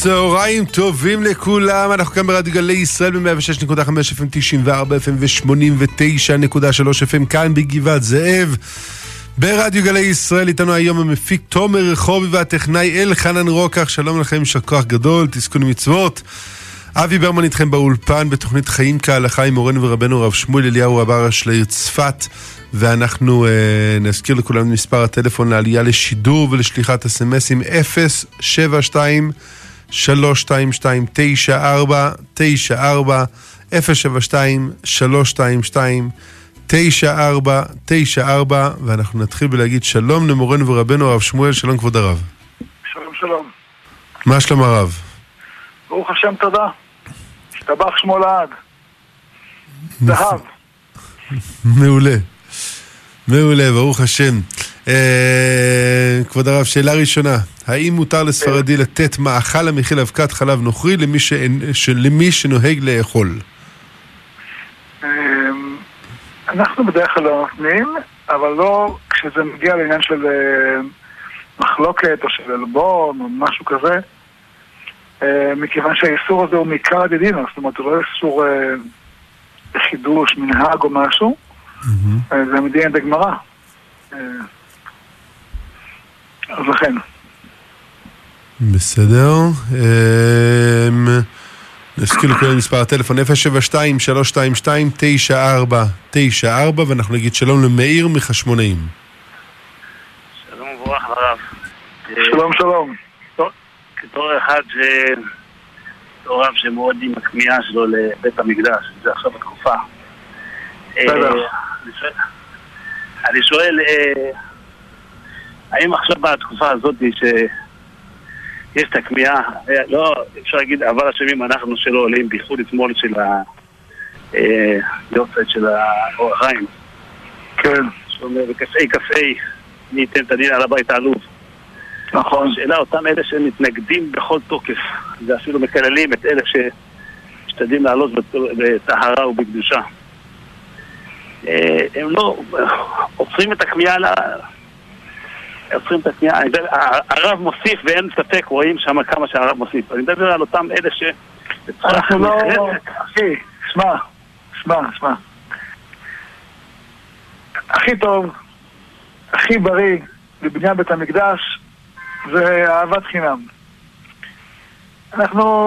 צהריים טובים לכולם, אנחנו כאן ברדיו גלי ישראל ב-106.5 FM, 94 FM ו-89.3 FM כאן בגבעת זאב ברדיו גלי ישראל. איתנו היום המפיק תומר רחובי והטכנאי אלחנן רוקח. שלום לכם, יישר כוח גדול, תזכו למצוות. אבי ברמן איתכם באולפן בתוכנית חיים כהלכה עם מורנו ורבנו רב שמואל אליהו רב הראשי לעיר צפת, ואנחנו נזכיר לכולם מספר הטלפון לעלייה לשידור ולשליחת אס-אמסים 072 322 9494 072 322 9494. ואנחנו נתחיל בלהגיד שלום למורנו ורבנו הרב שמואל. שלום כבוד הרב. שלום שלום. מה שלום הרב? ברוך השם, תודה. השתבח שמו לעד. זהב. מעולה. מעולה, ברוך השם. כבוד הרב, שאלה ראשונה, האם מותר לספרדי לתת מאכל המכיל אבקת חלב נוכרי למי שנוהג לאכול? אנחנו בדרך כלל לא נותנים, אבל לא כשזה מגיע לעניין של מחלוקת או של אלבון או משהו כזה, מכיוון שהאיסור הזה הוא מעיקר הדין, זאת אומרת, הוא לא איסור חידוש, מנהג או משהו, זה מדין בגמרא. אז לכן. בסדר. נזכיר לכולם מספר הטלפון 072-322-9494, ואנחנו נגיד שלום למאיר מחשמונאים. שלום וברוך הרב. שלום שלום. כתור אחד תור רב שמאוד עם הכמיהה שלו לבית המקדש, זה עכשיו התקופה. אני שואל, האם עכשיו בתקופה הזאת שיש את הכמיהה, לא אפשר להגיד אבל השמים אנחנו שלא עולים בייחוד אתמול של היוצאת של האורחיים, כן, שאומר בקפאי קפאי ניתן את הדין על הבית העלוב. נכון. שאלה אותם אלה שמתנגדים בכל תוקף ואפילו מקללים את אלה שמשתדלים לעלות בטהרה ובקדושה, הם לא עוצרים את הכמיהה, הרב מוסיף ואין ספק, רואים שם כמה שהרב מוסיף. אני מדבר על אותם אלה אנחנו לא... אחי, שמע הכי טוב, הכי בריא לבניין בית המקדש זה אהבת חינם. אנחנו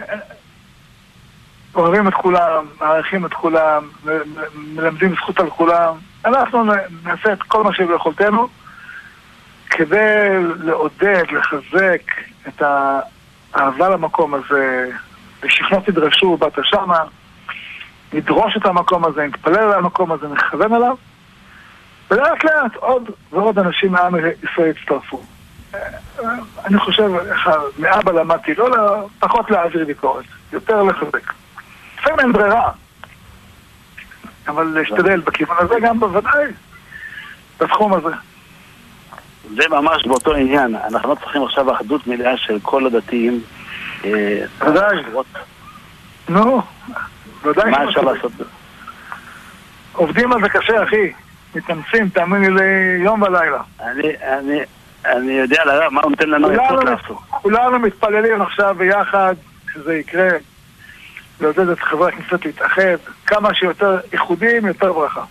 אוהבים את כולם, מעריכים את כולם, מלמדים זכות על כולם. אנחנו נעשה את כל מה שביכולתנו כדי לעודד, לחזק את האהבה למקום הזה, ושכנות תדרשו בת השמה, נדרוש את המקום הזה, נתפלל על המקום הזה, נכוון עליו, ולאט לאט עוד ועוד אנשים מעם ישראל יצטרפו. אני חושב, מאבא למדתי, פחות להעביר ביקורת, יותר לחזק. לפעמים אין ברירה, אבל להשתדל בכיוון הזה גם בוודאי, בתחום הזה. זה ממש באותו עניין. אנחנו לא צריכים עכשיו אחדות מלאה של כל הדתיים. ודאי. נו, ודאי. מה אפשר לעשות? עובדים על זה קשה, אחי. מתאמצים, תאמיני לי, יום ולילה. אני יודע לרב, מה הוא נותן לנו יפות לעשות? כולנו מתפללים עכשיו ביחד, שזה יקרה, לעודד את חברי הכנסת להתאחד, כמה שיותר איחודים, יותר ברכה.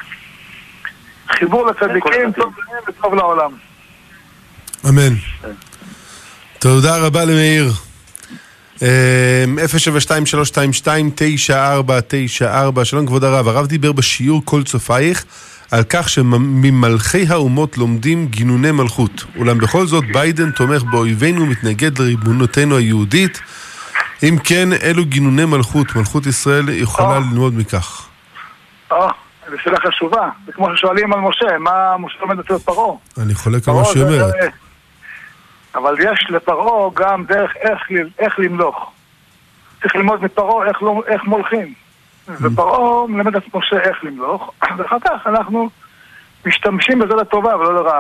חיבור לצדיקים, טוב להם וטוב לעולם. אמן. תודה רבה למאיר. 072-322-9494. שלום כבוד הרב. הרב דיבר בשיעור כל צופייך על כך שממלכי האומות לומדים גינוני מלכות, אולם בכל זאת ביידן תומך באויבינו ומתנגד לריבונותנו היהודית. אם כן, אלו גינוני מלכות, מלכות ישראל יכולה ללמוד מכך. זו שאלה חשובה. זה כמו ששואלים על משה, מה משה עומד אצל פרעה? אני חולק על מה שאומרת. אבל יש לפרעה גם דרך איך למלוך. צריך ללמוד מפרעה איך מולכים. ופרעה מלמד את משה איך למלוך, ואחר כך אנחנו משתמשים בזה לטובה ולא לרעה.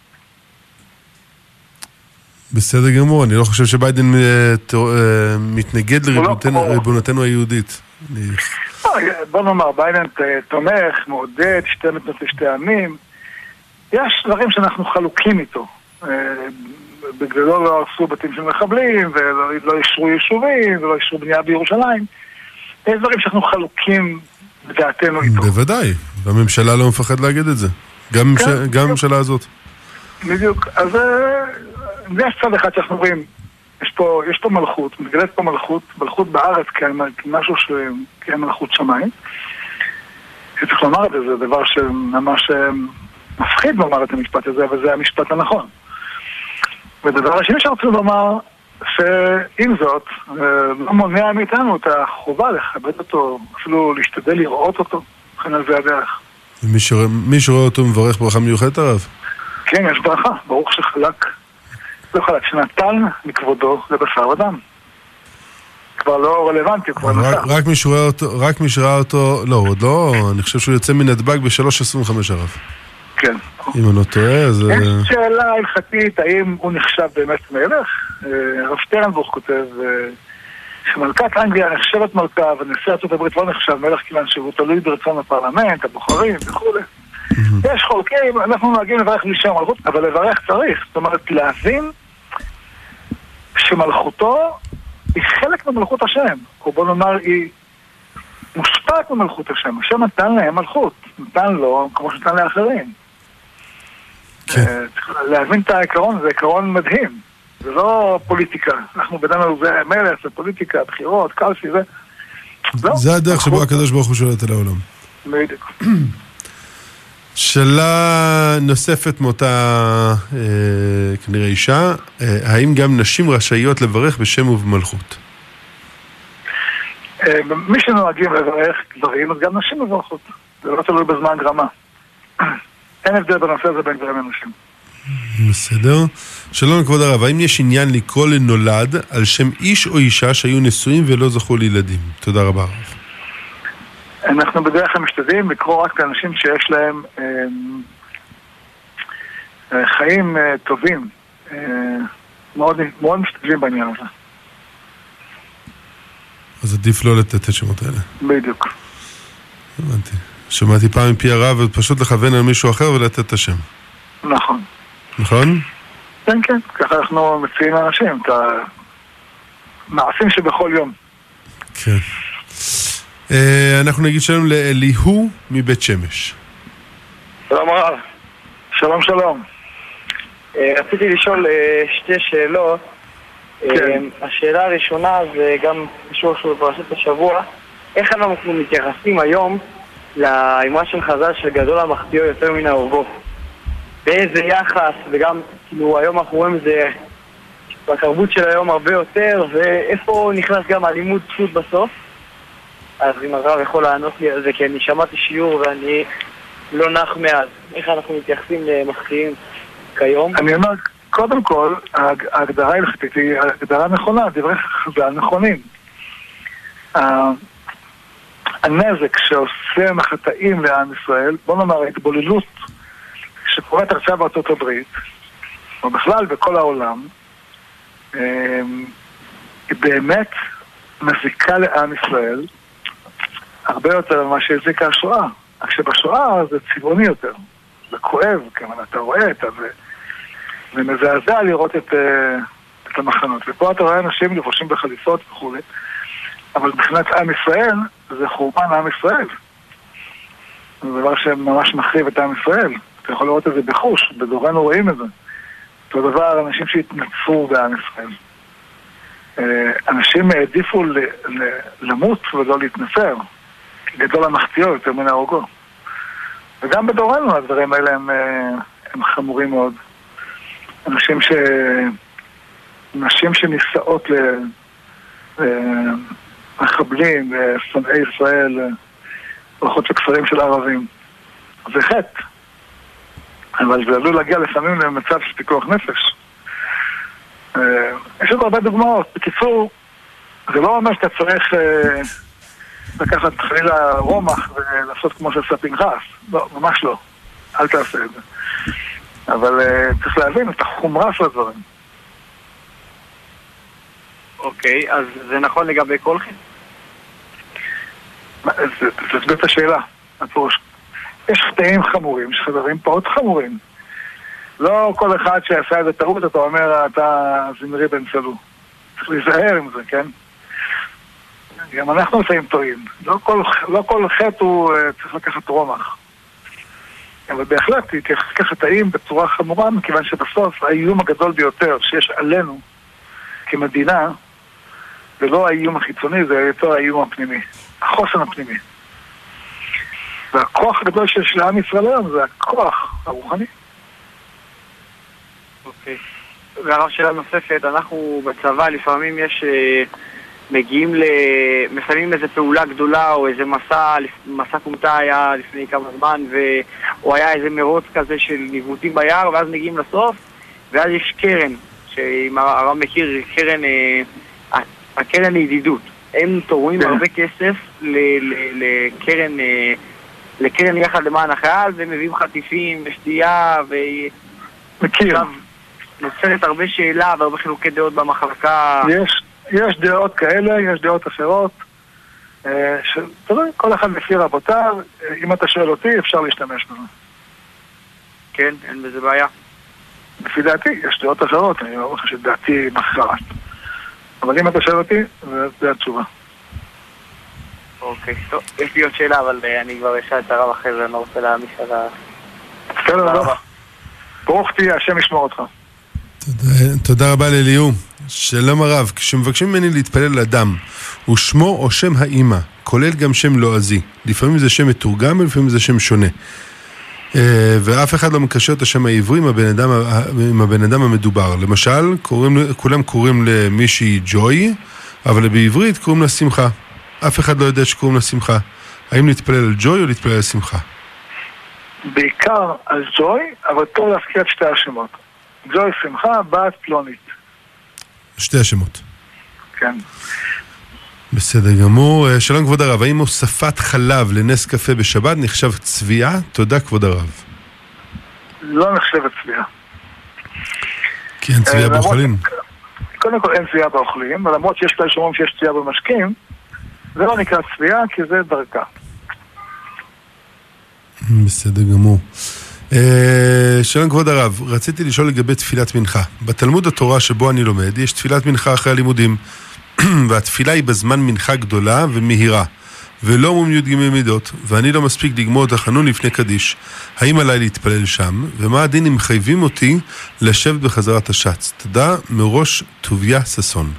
בסדר גמור, אני לא חושב שביידן מתנגד לריבונותנו היהודית. בוא נאמר, ביידן תומך, מעודד, שתי מדינות לשתי עמים. יש דברים שאנחנו חלוקים איתו. בגללו לא הרסו בתים של מחבלים, ולא אישרו יישובים, ולא אישרו בנייה בירושלים. יש דברים שאנחנו חלוקים בדעתנו איתו. בוודאי, והממשלה לא מפחד להגיד את זה. גם הממשלה הזאת. בדיוק. אז יש צד אחד שאנחנו רואים, יש פה מלכות, מתגלית פה מלכות בארץ כמשהו כמלכות שמיים. צריך לומר את זה, זה דבר שממש מפחיד לומר את המשפט הזה, אבל זה המשפט הנכון. ודבר השני שרצינו לומר, שעם זאת, לא מונע מאיתנו את החובה לכבד אותו, אפילו להשתדל לראות אותו, לכן על זה הדרך. מי שרואה אותו מברך ברכה מיוחדת הרב? כן, יש ברכה, ברוך שחלק, לא חלק, שנתן מכבודו לבשר ודם. כבר לא רלוונטי, כבר נסע. רק מי שראה אותו, לא, עוד לא, אני חושב שהוא יוצא מנתב"ג ב-3:25 הרב. כן. אם אני לא טועה, אז... יש שאלה הלכתית, האם הוא נחשב באמת מלך? הרב שטרנבוך כותב שמלכת אנגליה נחשבת מלכה, ונשיא ארצות הברית לא נחשב מלך כיוון שהוא תלוי ברצון הפרלמנט, הבוחרים וכו'. יש חולקים, אנחנו נוהגים לברך בלי שם מלכות, אבל לברך צריך. זאת אומרת, להבין שמלכותו היא חלק ממלכות השם, או בוא נאמר, היא מושפעת ממלכות השם. השם נתן להם מלכות, נתן לו כמו שנתן לאחרים. להבין את העיקרון, זה עיקרון מדהים. זה לא פוליטיקה. אנחנו בדנו זה מלך, זה פוליטיקה, בחירות, קלפי, זה... זה הדרך שבו הקדוש ברוך הוא שולט על העולם. בדיוק. שאלה נוספת מאותה כנראה אישה, האם גם נשים רשאיות לברך בשם ובמלכות? מי שנוהגים לברך דברים, אז גם נשים מברכות. זה לא תלוי בזמן גרמה. אין הבדל בנושא הזה בין גברים לנשים. בסדר. שלום כבוד הרב, האם יש עניין לקרוא לנולד על שם איש או אישה שהיו נשואים ולא זכו לילדים? תודה רבה הרב. אנחנו בדרך כלל משתדלים לקרוא רק לאנשים שיש להם חיים טובים. מאוד משתדלים בעניין הזה. אז עדיף לא לתת את השמות האלה. בדיוק. הבנתי. שמעתי פעם מפי הרב ופשוט לכוון על מישהו אחר ולתת את השם. נכון. נכון? כן, כן. ככה אנחנו מציעים לאנשים את המעשים שבכל יום. כן. אנחנו נגיד שלום לאליהו מבית שמש. שלום הרב. שלום שלום. רציתי לשאול שתי שאלות. כן. השאלה הראשונה זה גם קשור לפרשת השבוע. איך אנחנו מתייחסים היום לאמרה של חז"ל של גדול המחטיאו יותר מן ההורגו? באיזה יחס, וגם כאילו היום אנחנו רואים זה בתרבות של היום הרבה יותר, ואיפה נכנס גם הלימוד זכות בסוף? אז אם הרב יכול לענות לי על זה, כי אני שמעתי שיעור ואני לא נח מאז. איך אנחנו מתייחסים למחטיאים כיום? אני אומר, קודם כל, ההגדרה ההלכתית היא הגדרה נכונה, דברי חז"ל נכונים. הנזק שעושה מחטאים לעם ישראל, בוא נאמר, ההתבוללות שקורית עכשיו בארצות הברית, או בכלל בכל העולם, היא באמת מזיקה לעם ישראל הרבה יותר ממה שהזיקה השואה. רק שבשואה זה צבעוני יותר, זה כואב, כמובן אתה רואה את זה, ומזעזע לראות את המחנות. ופה אתה רואה אנשים לבושים בחליפות וכו', אבל מבחינת עם ישראל, זה חורבן עם ישראל. זה דבר שממש מחריב את עם ישראל. אתה יכול לראות את זה בחוש, בדורנו רואים את זה. אותו דבר, אנשים שהתנצרו בעם ישראל. אנשים העדיפו למות ולא להתנצר. גדול המחטיאו יותר מן ההורגו. וגם בדורנו הדברים האלה הם חמורים מאוד. נשים שנישאות מחבלים ושונאי ישראל, הולכות לכפרים של ערבים. זה חטא. אבל זה עלול להגיע לפעמים למצב של פיקוח נפש. יש עוד הרבה דוגמאות. בקיצור, זה לא אומר שאתה צריך לקחת חלילה רומח ולעשות כמו שעשה פנחס. לא, ממש לא. אל תעשה את זה. אבל צריך להבין את החומרה של הדברים. אוקיי, אז זה נכון לגבי כל חטא? תסביר את השאלה. יש חטאים חמורים, יש חטאים פחות חמורים. לא כל אחד שעשה איזה טעות, אתה אומר, אתה זמרי בן צלו. צריך להיזהר עם זה, כן? גם אנחנו עושים טועים. לא כל חטא הוא צריך לקחת רומח. אבל בהחלט, תיקח חטאים בצורה חמורה, מכיוון שבסוף האיום הגדול ביותר שיש עלינו כמדינה, זה לא האיום החיצוני, זה יותר האיום הפנימי. החוסן הפנימי. והכוח הגדול שיש לעם ישראל היום זה הכוח הרוחני. אוקיי. והרב, שאלה נוספת, אנחנו בצבא לפעמים מגיעים מסיימים איזו פעולה גדולה או איזה מסע קומטה היה לפני כמה זמן או היה איזה מרוץ כזה של ניווטים ביער, ואז מגיעים לסוף ואז יש קרן, שאם הרב מכיר, הקרן לידידות. הם תורמים הרבה כסף לקרן יחד למען החייל, ומביאים חטיפים ושתייה מכיר. נוצרת הרבה שאלה והרבה חילוקי דעות במחלקה. יש דעות כאלה, יש דעות אחרות. כל אחד לפי רבותיו, אם אתה שואל אותי, אפשר להשתמש בזה. כן, אין בזה בעיה. לפי דעתי, יש דעות אחרות, אני לא חושב שדעתי מכרעת. אבל אם אתה שואל אותי, זה התשובה. אוקיי, טוב, יש לי עוד שאלה, אבל אני כבר אשאל את הרב אחרי זה, אני לא רוצה להעמיס על ה... בסדר, לא. ברוך תהיה, השם ישמור אותך. תודה רבה לאליהו. שלום הרב, כשמבקשים ממני להתפלל לאדם, הוא שמו או שם האמא, כולל גם שם לועזי. לפעמים זה שם מתורגם ולפעמים זה שם שונה. ואף אחד לא מקשר את השם העברי עם הבן אדם המדובר. למשל, כולם קוראים למישהי ג'וי, אבל בעברית קוראים לה שמחה. אף אחד לא יודע שקוראים לה שמחה. האם להתפלל על ג'וי או להתפלל על שמחה? בעיקר על ג'וי, אבל טוב להזכיר את שתי השמות. ג'וי שמחה, בת פלונית. שתי השמות. כן. בסדר גמור. שלום כבוד הרב, האם הוספת חלב לנס קפה בשבת נחשב צביעה? תודה כבוד הרב. לא נחשבת צביעה. כי אין צביעה באוכלים. קודם כל אין צביעה באוכלים, ולמרות שיש כאלה שאומרים שיש צביעה במשקים, זה לא נקרא צביעה כי זה דרכה. בסדר גמור. שלום כבוד הרב, רציתי לשאול לגבי תפילת מנחה. בתלמוד התורה שבו אני לומד יש תפילת מנחה אחרי הלימודים, והתפילה היא בזמן מנחה גדולה ומהירה, ולא אומרים י' ג' מידות, ואני לא מספיק לגמור את החנון לפני קדיש. האם עליי להתפלל שם, ומה הדין אם מחייבים אותי לשבת בחזרת השץ? תודה מראש טוביה ססון.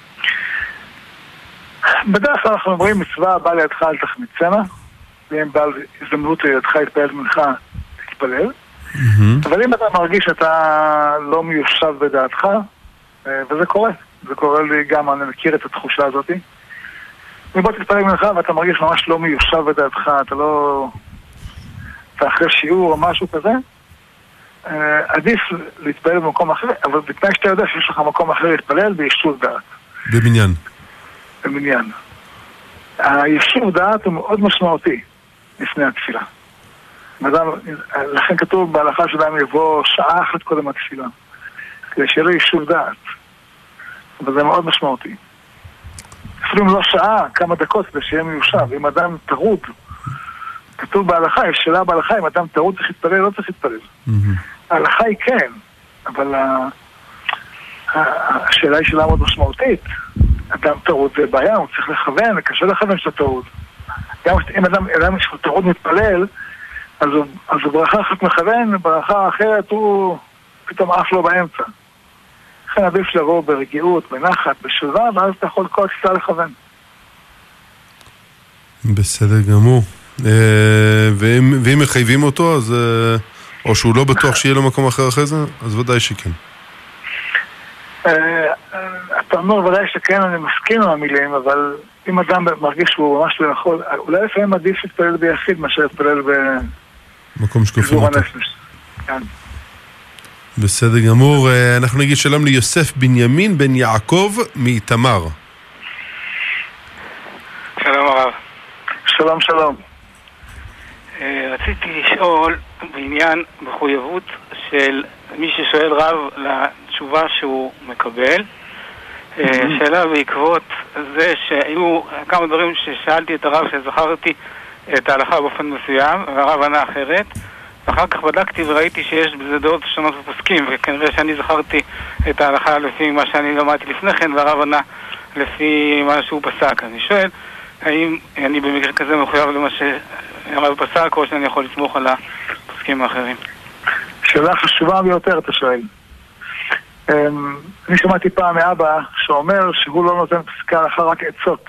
בדרך כלל אנחנו אומרים מצווה בא לידך אל תחמיצנה, ואם בעל הזדמנות לידך להתפלל מנחה תתפלל, אבל אם אתה מרגיש שאתה לא מיושב בדעתך, וזה קורה, זה קורה לי גם, אני מכיר את התחושה הזאת, אם בוא תתפלל מנחה ואתה מרגיש ממש לא מיושב בדעתך, אתה אחרי שיעור או משהו כזה, עדיף להתפלל במקום אחר, אבל בתנאי שאתה יודע שיש לך מקום אחר להתפלל ביישוב דעת. במניין. במניין. היישוב דעת הוא מאוד משמעותי לפני התפילה. לכן כתוב בהלכה שלהם יבוא שעה אחת קודם התפילה, כדי שיהיה לו יישוב דעת. אבל זה מאוד משמעותי. אפילו לא שעה, כמה דקות כדי שיהיה מיושב. אם אדם טרוד, כתוב בהלכה, יש שאלה בהלכה, אם אדם טרוד צריך להתפלל, לא צריך להתפלל. ההלכה היא כן, אבל השאלה היא שאלה מאוד משמעותית. אדם טרוד זה בעיה, הוא צריך לכוון, קשה לכוון שאתה טרוד. גם אם אדם יש טרוד מתפלל, אז הוא ברכה אחת מכוון, ברכה אחרת הוא פתאום אף לא באמצע. לכן עדיף לבוא ברגיעות, בנחת, בשלווה, ואז אתה יכול כל תפילה לכוון. בסדר גמור. ואם מחייבים אותו, אז, או שהוא לא בטוח שיהיה לו מקום אחרי זה, אז ודאי שכן. אתה אומר ודאי שכן, אני מסכים עם המילים, אבל אם אדם מרגיש שהוא ממש לא יכול, אולי לפעמים עדיף להתפלל ביחיד מאשר להתפלל מקום שקופים אותו. כן. בסדר גמור. אנחנו נגיד שלום ליוסף בנימין בן יעקב מאיתמר. שלום הרב. שלום שלום. רציתי לשאול בעניין מחויבות של מי ששואל רב לתשובה שהוא מקבל. שאלה בעקבות זה שהיו כמה דברים ששאלתי את הרב שזכרתי את ההלכה באופן מסוים והרב ענה אחרת, ואחר כך בדקתי וראיתי שיש בזה דעות שונות ופוסקים, וכנראה שאני זכרתי את ההלכה לפי מה שאני למדתי לפני כן, והרב ענה לפי מה שהוא פסק. אני שואל, האם אני במקרה כזה מחויב למה שהרב פסק, או שאני יכול לסמוך על הפוסקים האחרים? שאלה חשובה ביותר, אתה שואל. אני שמעתי פעם מאבא שאומר שהוא לא נותן פסקי הלכה, רק עצות.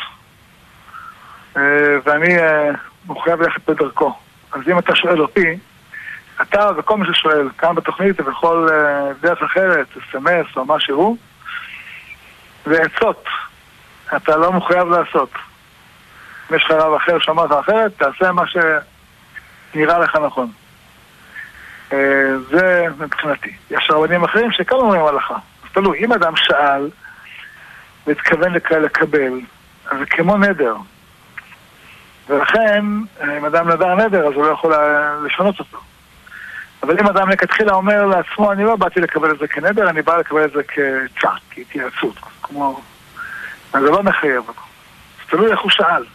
ואני מחויב ללכת בדרכו. אז אם אתה שואל אותי, אתה וכל מי ששואל, כאן בתוכנית ובכל דרך אחרת, סמס או משהו, זה עצות. אתה לא מחויב לעשות. אם יש לך רב אחר שאומר לך אחרת, תעשה מה שנראה לך נכון. זה מבחינתי. יש רבנים אחרים שכאן אומרים הלכה. אז תלוי, אם אדם שאל והתכוון לקבל, אז זה כמו נדר. ולכן, אם אדם נדר נדר, אז הוא לא יכול לשנות אותו. אבל אם אדם לכתחילה אומר לעצמו, אני לא באתי לקבל את זה כנדר, אני בא לקבל את זה כצע, כהתייעצות, כמו... אז זה לא מחייב אותו. אז תלוי איך הוא שאל.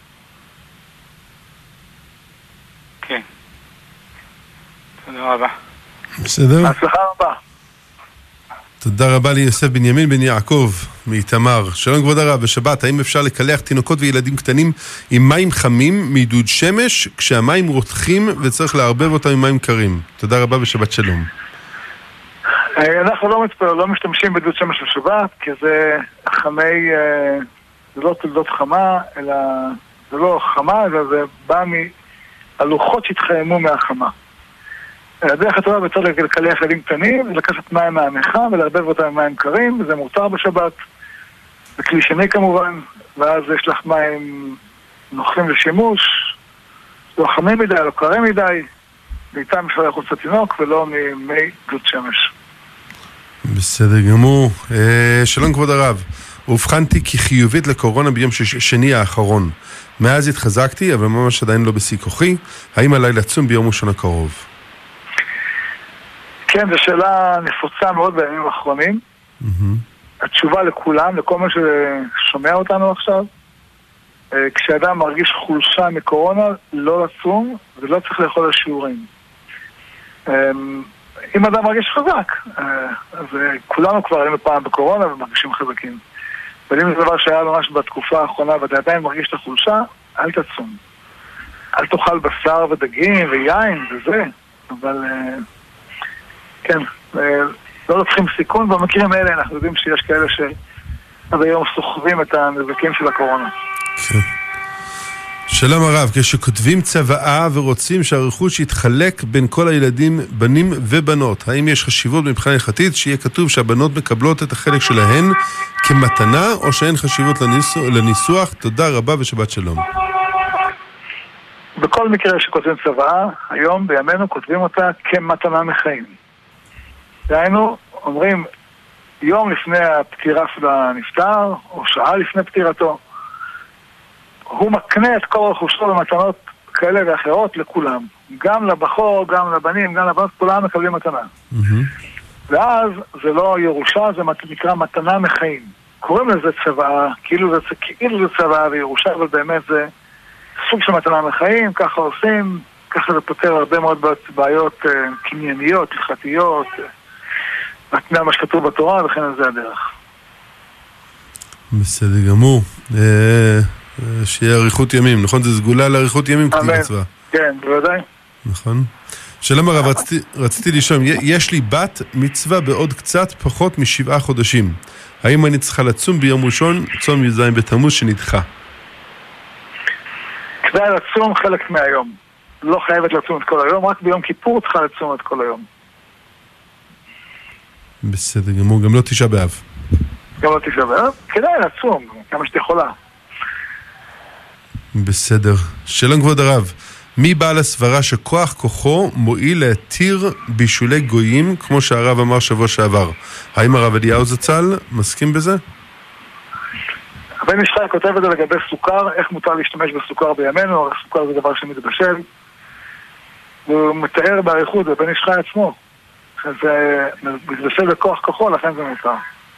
כן. תודה רבה. בסדר? הצלחה רבה. תודה רבה ליוסף בנימין בן יעקב מאיתמר. שלום כבוד הרב, בשבת, האם אפשר לקלח תינוקות וילדים קטנים עם מים חמים מעידוד שמש, כשהמים רותחים וצריך לערבב אותם עם מים קרים? תודה רבה ושבת שלום. אנחנו לא משתמשים בעידוד שמש בשבת, כי זה חמי, זה לא תולדות חמה, אלא זה לא חמה, אלא זה בא מהלוחות שהתחממו מהחמה. הדרך הטובה בצד לקלח ילדים קטנים, לקחת מים מהמחה ולערבב אותם עם מים קרים, וזה מותר בשבת. זה כלי שני כמובן, ואז יש לך מים נוחים לשימוש, לא חמים מדי, לא קרים מדי, ואיתם אפשר לאכול קצת תינוק ולא ממי עידוד שמש. בסדר גמור. שלום כבוד הרב, הובחנתי כחיובית לקורונה ביום שני האחרון. מאז התחזקתי, אבל ממש עדיין לא בשיא כוחי. האם עליי לצום ביום ראשון הקרוב? כן, זו שאלה נפוצה מאוד בימים האחרונים. התשובה לכולם, לכל מי ששומע אותנו עכשיו, כשאדם מרגיש חולשה מקורונה, לא לצום ולא צריך לאכול על שיעורים. אם אדם מרגיש חזק, אז כולנו כבר היינו פעם בקורונה ומרגישים חזקים. אבל אם זה דבר שהיה ממש בתקופה האחרונה ואתה עדיין מרגיש את החולשה, אל תצום. אל תאכל בשר ודגים ויין וזה, אבל... כן, לא לוקחים סיכון, במקרים האלה אנחנו יודעים שיש כאלה שעד היום סוחבים את הנזקים של הקורונה. כן. שלום הרב, כשכותבים צוואה ורוצים שהרכוש יתחלק בין כל הילדים, בנים ובנות, האם יש חשיבות מבחינה הלכתית שיהיה כתוב שהבנות מקבלות את החלק שלהן כמתנה, או שאין חשיבות לניסוח? תודה רבה ושבת שלום. בכל מקרה שכותבים צוואה, היום בימינו כותבים אותה כמתנה מחיים. דהיינו, אומרים, יום לפני הפטירה של הנפטר, או שעה לפני פטירתו, הוא מקנה את כל רכושו במתנות כאלה ואחרות לכולם. גם לבחור, גם לבנים, גם לבנות, כולם מקבלים מתנה. ואז זה לא ירושה, זה נקרא מתנה מחיים. קוראים לזה צוואה, כאילו זה צוואה וירושה, אבל באמת זה סוג של מתנה מחיים, ככה עושים, ככה זה פותר הרבה מאוד בעיות קנייניות, הלכתיות, מתנה מה שכתוב בתורה, וכן זה הדרך. בסדר גמור. שיהיה אריכות ימים, נכון? זה סגולה לאריכות ימים כתיב מצווה. כן, בוודאי. נכון. שלום הרב, רציתי לשאול, יש לי בת מצווה בעוד קצת פחות מ7 חודשים. האם אני צריכה לצום ביום ראשון, צום י"ז בתמוז שנדחה? כדאי לצום חלק מהיום. לא חייבת לצום את כל היום, רק ביום כיפור צריכה לצום את כל היום. בסדר גמור, גם לא 9 באב. גם לא 9 באב? כדאי לצום, כמה שאת יכולה. בסדר. שלום כבוד הרב, מי בעל הסברה שכוח כוחו מועיל להתיר בישולי גויים, כמו שהרב אמר שבוע שעבר? האם הרב אליהו זצ"ל מסכים בזה? הבן איש חי כותב את זה לגבי סוכר, איך מותר להשתמש בסוכר בימינו, הרי סוכר זה דבר שמתבשל. הוא מתאר בעריכות, זה בן איש חי עצמו. זה מתבשל בכוח כוחו, לכן זה מותר.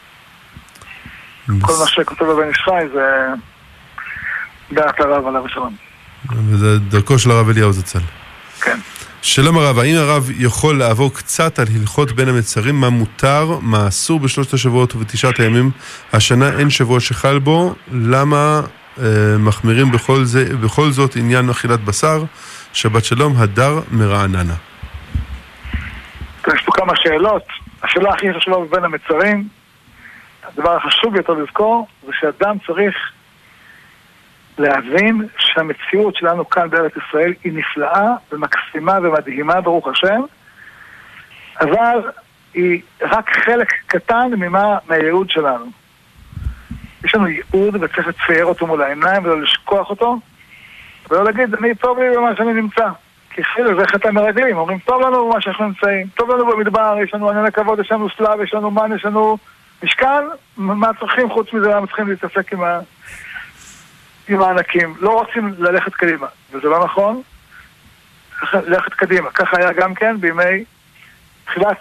כל מה שכותב בבן איש חי זה דעת הרב עליו השלום. וזה דרכו של הרב אליהו זצ"ל. כן. שלום הרב, האם הרב יכול לעבור קצת על הלכות בין המצרים, מה מותר, מה אסור בשלושת השבועות ובתשעת הימים? השנה אין שבוע שחל בו, למה מחמירים בכל זאת עניין אכילת בשר? שבת שלום, הדר מרעננה. יש פה כמה שאלות. השאלה הכי חשובה בין המצרים, הדבר החשוב יותר לזכור, זה שאדם צריך להבין שהמציאות שלנו כאן בארץ ישראל היא נפלאה ומקסימה ומדהימה ברוך השם, אבל היא רק חלק קטן מהייעוד שלנו. יש לנו ייעוד וצריך לצייר אותו מול העיניים ולא לשכוח אותו ולא להגיד אני טוב לי במה שאני נמצא, כי חלק זה חטא מרגלים, אומרים טוב לנו במה שאנחנו נמצאים, טוב לנו במדבר, יש לנו ענני כבוד, יש לנו סלב, יש לנו מן, יש לנו משכן, מה צריכים חוץ מזה? למה צריכים להתעסק עם הענקים? לא רוצים ללכת קדימה, וזה לא נכון. ללכת קדימה, ככה היה גם כן בימי תחילת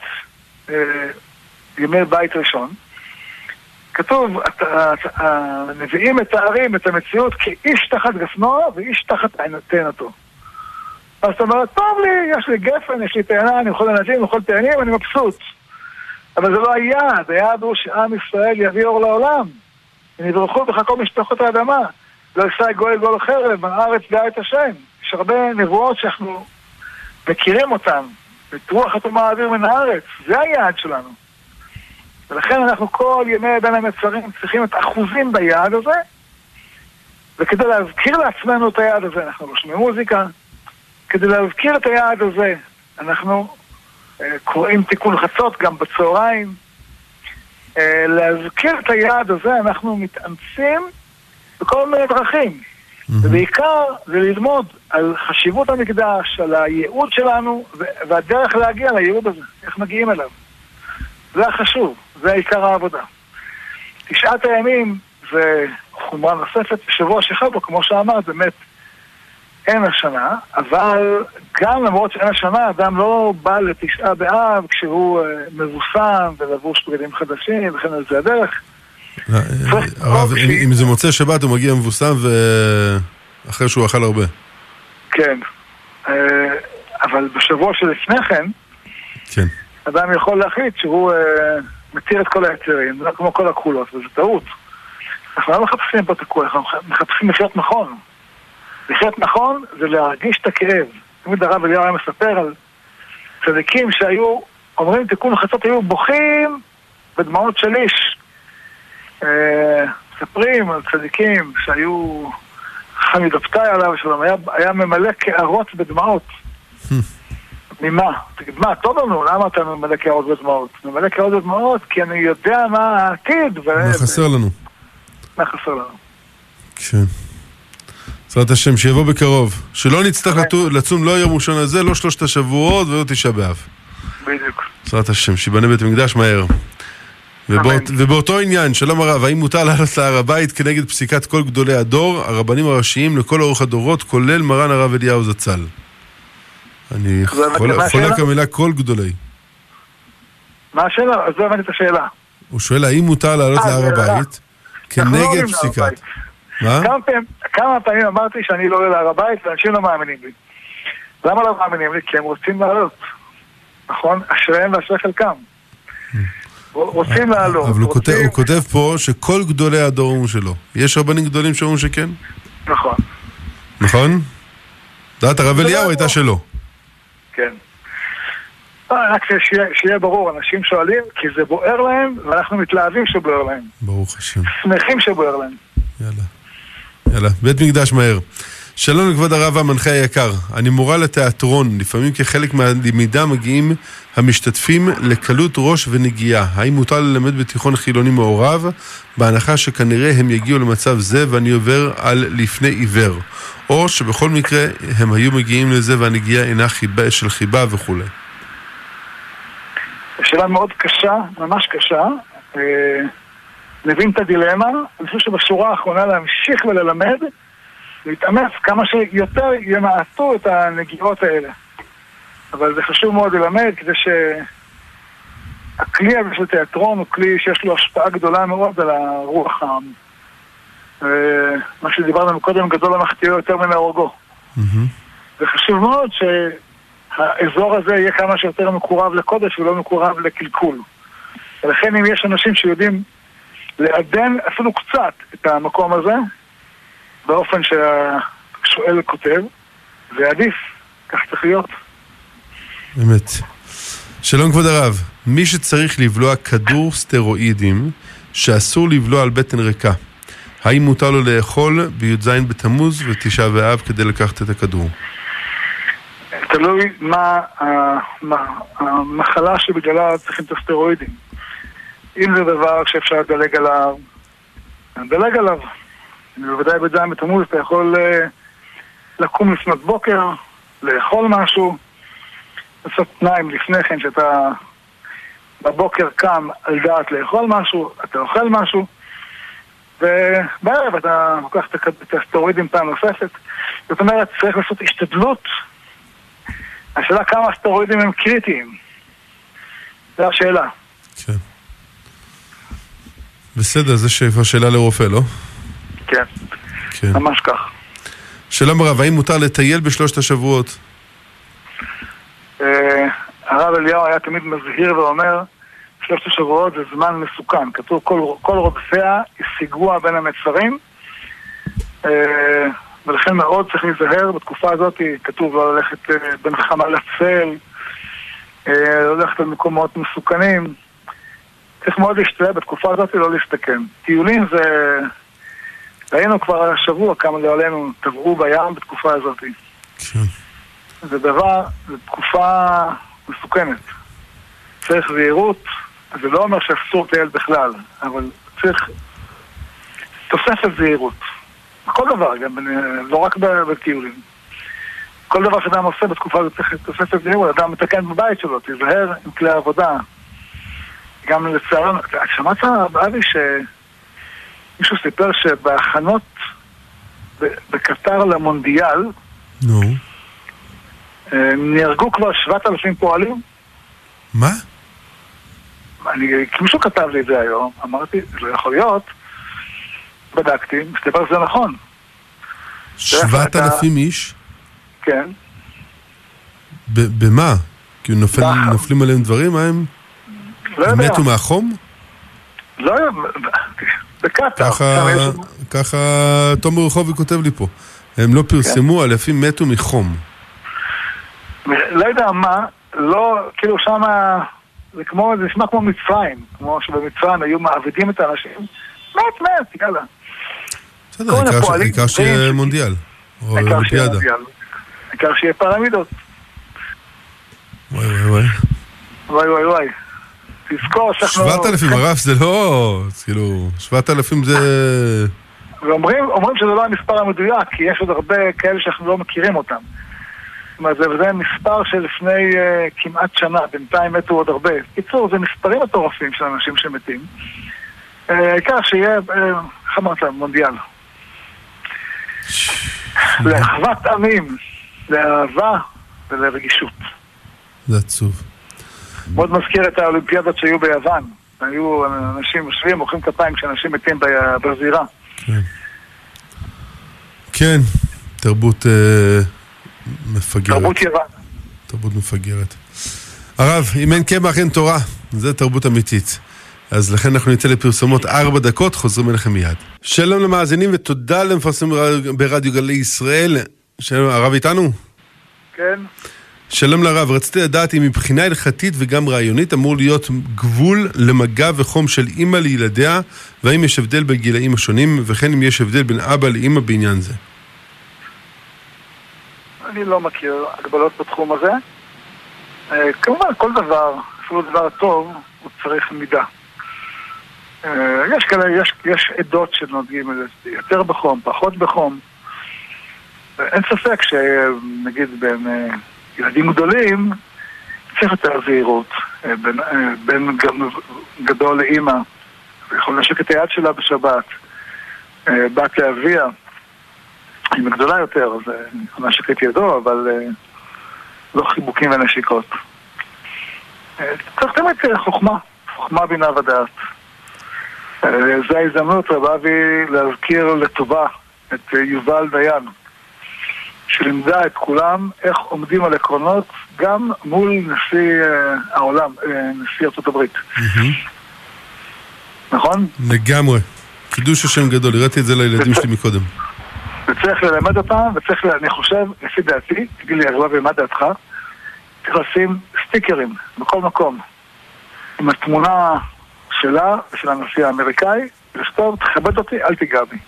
ימי בית ראשון. כתוב, הנביאים מתארים את המציאות כאיש תחת גפנו ואיש תחת תאנתו. אז זאת אומרת, טוב לי, יש לי גפן, יש לי תאנה, אני יכול לנדים, אני יכול תאנים, אני מבסוט. אבל זה לא היעד, היעד הוא שעם ישראל יביא אור לעולם. ונברכו בך כל משפחות האדמה. לא ישא גואל גול חרב, הארץ דעה את השם. יש הרבה נבואות שאנחנו מכירים אותן. את רוח התומה האוויר מן הארץ. זה היעד שלנו. ולכן אנחנו כל ימי בין המצרים צריכים את אחוזים ביעד הזה, וכדי להזכיר לעצמנו את היעד הזה, אנחנו לא שומעים מוזיקה. כדי להזכיר את היעד הזה, אנחנו קוראים תיקון חצות גם בצהריים. להזכיר את היעד הזה, אנחנו מתאמצים בכל מיני דרכים. ובעיקר זה ללמוד על חשיבות המקדש, על הייעוד שלנו, והדרך להגיע לייעוד הזה, איך מגיעים אליו. זה החשוב, זה עיקר העבודה. תשעת הימים זה חומרה נוספת, שבוע שחל בו, כמו שאמרת, באמת אין השנה, אבל גם למרות שאין השנה, אדם לא בא לתשעה באב כשהוא מבוסם ולבוש בגדים חדשים, וכן על זה הדרך. הרב, אם זה מוצא שבת הוא מגיע מבוסם ואחרי שהוא אכל הרבה. כן, אבל בשבוע שלפני כן, אדם יכול להחליט שהוא מתיר את כל היצרים, כמו כל הכחולות, וזה טעות. אנחנו לא מחפשים פה תקוע, אנחנו מחפשים לחיות נכון. לחיות נכון זה להרגיש את הכאב. תמיד הרב אליהו היה מספר על צדיקים שהיו, אומרים תיקון חצות, היו בוכים בדמעות של איש. מספרים על צדיקים שהיו חמיד אפתאי עליו שלום, היה ממלא קערות בדמעות. ממה? תגיד, מה, טוב לנו, למה אתה ממלא קערות בדמעות? ממלא קערות בדמעות כי אני יודע מה העתיד. מה חסר לנו? מה חסר לנו? כן. בעזרת השם, שיבוא בקרוב. שלא נצטרך לצום לא יום ראשון הזה, לא שלושת השבועות ולא תשעה באב. בדיוק. בעזרת השם, שיבנה בית המקדש מהר. ובאותו עניין, שלום הרב, האם מותר לעלות להר הבית כנגד פסיקת כל גדולי הדור, הרבנים הראשיים לכל אורך הדורות, כולל מרן הרב אליהו זצ"ל? אני חולק המילה כל גדולי. מה השאלה? אז לא הבנתי את השאלה. הוא שואל, האם מותר לעלות להר הבית כנגד פסיקת? כמה פעמים אמרתי שאני לא עולה להר הבית ואנשים לא מאמינים לי. למה לא מאמינים לי? כי הם רוצים לעלות. נכון? אשריהם ואשרי חלקם. רוצים לעלות. אבל הוא כותב פה שכל גדולי הדור אומרים שלא. יש רבנים גדולים שאומרים שכן? נכון. נכון? דעת הרב אליהו הייתה שלא. כן. רק שיהיה ברור, אנשים שואלים כי זה בוער להם ואנחנו מתלהבים שבוער להם. ברוך השם. שמחים שבוער להם. יאללה, בית מקדש מהר. שלום לכבוד הרב המנחה היקר, אני מורה לתיאטרון, לפעמים כחלק מהלמידה מגיעים המשתתפים לקלות ראש ונגיעה. האם מותר ללמד בתיכון חילוני מעורב, בהנחה שכנראה הם יגיעו למצב זה ואני עובר על לפני עיוור, או שבכל מקרה הם היו מגיעים לזה והנגיעה אינה של חיבה וכו'. שאלה מאוד קשה, ממש קשה. נבין את הדילמה, אני חושב שבשורה האחרונה להמשיך וללמד, להתאמץ כמה שיותר ימעטו את הנגיעות האלה. אבל זה חשוב מאוד ללמד, כדי שהכלי הזה של תיאטרון הוא כלי שיש לו השפעה גדולה מאוד על הרוח העם. מה שדיברנו קודם, גדול המחטיאו יותר מן ההורגו. זה חשוב מאוד האזור הזה יהיה כמה שיותר מקורב לקודש ולא מקורב לקלקול. ולכן אם יש אנשים שיודעים לעדן אפילו קצת את המקום הזה, באופן שהשואל כותב, זה עדיף, כך צריך להיות. באמת. שלום כבוד הרב, מי שצריך לבלוע כדור סטרואידים שאסור לבלוע על בטן ריקה, האם מותר לו לאכול בי"ז בתמוז ותשעה באב כדי לקחת את הכדור? תלוי מה המחלה שבגללה צריכים את הסטרואידים. אם זה דבר שאפשר לדלג עליו, נדלג עליו. בוודאי בי"ז בתמוז אתה יכול לקום לפנות בוקר, לאכול משהו, לעשות תנאים לפני כן שאתה בבוקר קם על דעת לאכול משהו, אתה אוכל משהו, ובערב אתה לוקח את הסטרואידים פעם נוספת. זאת אומרת, צריך לעשות השתדלות. השאלה כמה הסטרואידים הם קריטיים. זו השאלה. כן. בסדר, זה שאלה לרופא, לא? כן. כן. ממש כך. שלום הרב, האם מותר לטייל בשלושת השבועות? הרב אליהו היה תמיד מזהיר ואומר, שלושת השבועות זה זמן מסוכן. כתוב כל רודפיה ישיגוה בין המצרים, ולכן מאוד צריך להיזהר בתקופה הזאת. כתוב לא ללכת בין חמה לצל, ללכת על מקומות מסוכנים. צריך מאוד להשתדל בתקופה הזאת לא להסתכן. טיולים זה... ראינו כבר השבוע כמה לעולנו טבעו בים בתקופה הזאת. כן. זה דבר, זו תקופה מסוכנת. צריך זהירות, זה לא אומר שאסור לטייל בכלל, אבל צריך תוספת זהירות. כל דבר, גם לא רק בטיולים. כל דבר שאדם עושה בתקופה הזאת צריך תוספת זהירות. אדם מתקן בבית שלו, תזהר עם כלי העבודה. גם לצערנו, שמעת באבי שמישהו סיפר שבהכנות בקטר למונדיאל, נהרגו כבר 7,000 פועלים. מה? מישהו כתב לי את זה היום, אמרתי, זה לא יכול להיות. בדקתי, מסתבר שזה נכון. 7,000 איש? כן. במה? כי נופלים עליהם דברים? מה הם? לא יודע. מתו מהחום? לא יודע, בקטר. ככה תומר רחובי כותב לי פה. הם לא פרסמו, אלפים מתו מחום. לא יודע מה, לא, כאילו שמה, זה נשמע כמו מצרים, כמו שבמצרים היו מעבדים את האנשים. מת, יאללה. בסדר, העיקר שיהיה מונדיאל. או אולימפיאדה. העיקר שיהיה פרמידות. וואי. תזכור שאנחנו... 7,000 הרב זה לא... כאילו, 7,000 זה... ואומרים שזה לא המספר המדויק, כי יש עוד הרבה כאלה שאנחנו לא מכירים אותם. וזה מספר של לפני כמעט שנה, בינתיים מתו עוד הרבה. קיצור, זה מספרים מטורפים של אנשים שמתים. העיקר שיהיה, איך אמרת, מונדיאל. לאחוות עמים, לאהבה ולרגישות. זה עצוב. מאוד מזכיר את האולימפיאדות שהיו ביוון. היו אנשים משווים, מוחאים כפיים כשאנשים מתים בזירה. כן, תרבות מפגרת. תרבות יוון. תרבות מפגרת. הרב, אם אין קמח אין תורה, זה תרבות אמיתית. אז לכן אנחנו ניתן לפרסומות 4 דקות, חוזרים אליכם מיד. שלום למאזינים ותודה למפרסם ברדיו גלי ישראל. שלום, הרב איתנו? כן. שלום לרב, רציתי לדעת אם מבחינה הלכתית וגם רעיונית אמור להיות גבול למגע וחום של אמא לילדיה, והאם יש הבדל בגילאים השונים, וכן אם יש הבדל בין אבא לאמא בעניין זה. אני לא מכיר הגבלות בתחום הזה. כמובן, כל דבר, אפילו דבר טוב, הוא צריך מידה. יש עדות שנוגעים יותר בחום, פחות בחום. אין ספק שנגיד בין ילדים גדולים צריך יותר זהירות. בין גדול לאמא, יכול לנשק את היד שלה בשבת. בת לאביה, היא גדולה יותר, אז יכול לנשק את ידו, אבל לא חיבוקים ונשיקות. צריך תמיד חוכמה בינה ודעת. זה ההזדמנות רב אבי להזכיר לטובה את יובל דיין, שלימדה את כולם איך עומדים על עקרונות גם מול נשיא העולם, נשיא ארצות הברית. נכון? לגמרי. קידוש השם גדול, הראיתי את זה לילדים שלי מקודם. וצריך ללמד אותם, אני חושב, לפי דעתי, תגיד לי הרב ומה דעתך, צריך לשים סטיקרים בכל מקום עם התמונה שלה ושל הנשיא האמריקאי, לכתוב, תכבד אותי, אל תיגע בי.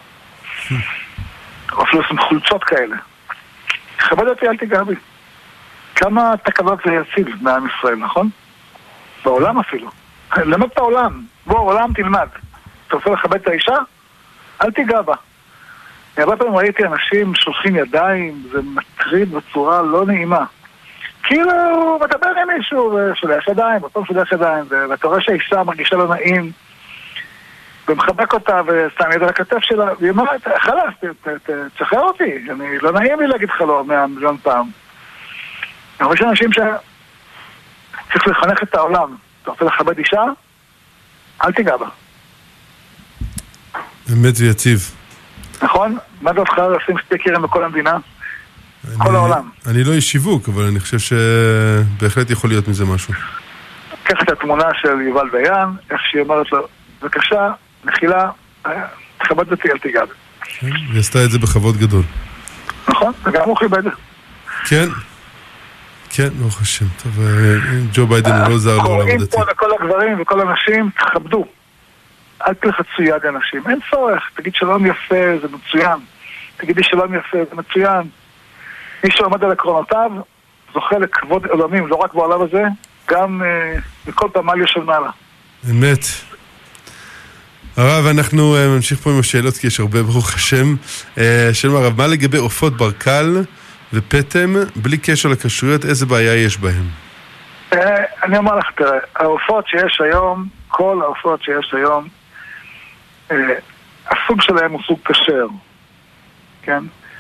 או אפילו עושים חולצות כאלה. תכבד אותי, אל תיגע בי. כמה תקלות זה יציל מעם ישראל, נכון? בעולם אפילו. למד את העולם. בוא, העולם תלמד. אתה רוצה לכבד את האישה? אל תיגע בה. הרבה פעמים ראיתי אנשים שולחים ידיים, זה מטריד בצורה לא נעימה. כאילו, מדבר עם מישהו, ושולח ידיים, אותו שולח ידיים, ואתה רואה שהאישה מרגישה לא נעים, ומחבק אותה וסתם יד על הכתף שלה, והיא אומרת, חלס, תשחרר אותי, לא נעים לי להגיד לך לא 100,000,000 פעם. אני חושב שאנשים שצריך לחנך את העולם, אתה רוצה לכבד אישה? אל תיגע בה. אמת ויציב. נכון? מה דעתך לשים סטיקרים בכל המדינה? כל העולם. אני לא איש שיווק, אבל אני חושב שבהחלט יכול להיות מזה משהו. קח את התמונה של יובל דיין, איך שהיא אומרת לו, בבקשה, מחילה, תכבד אותי, אל תיגע. היא עשתה את זה בכבוד גדול. נכון, וגם הוא כיבד. כן. כן, ברוך השם. טוב, ג'ו ביידן הוא לא זר לעולם הדתי. קוראים פה לכל הגברים וכל הנשים, תכבדו. אל תלחצו יד אנשים, אין צורך. תגיד שלום יפה, זה מצוין. תגידי שלום יפה, זה מצוין. מי שעומד על עקרונותיו, זוכה לכבוד עולמים, לא רק בעולם הזה, גם בכל פמליה של מעלה. אמת. הרב, אנחנו נמשיך פה עם השאלות, כי יש הרבה, ברוך השם. שלום הרב, מה לגבי עופות ברקל ופטם, בלי קשר לכשרויות, איזה בעיה יש בהם? אני אומר לך, תראה, העופות שיש היום, כל העופות שיש היום, הסוג שלהם הוא סוג כשר, כן?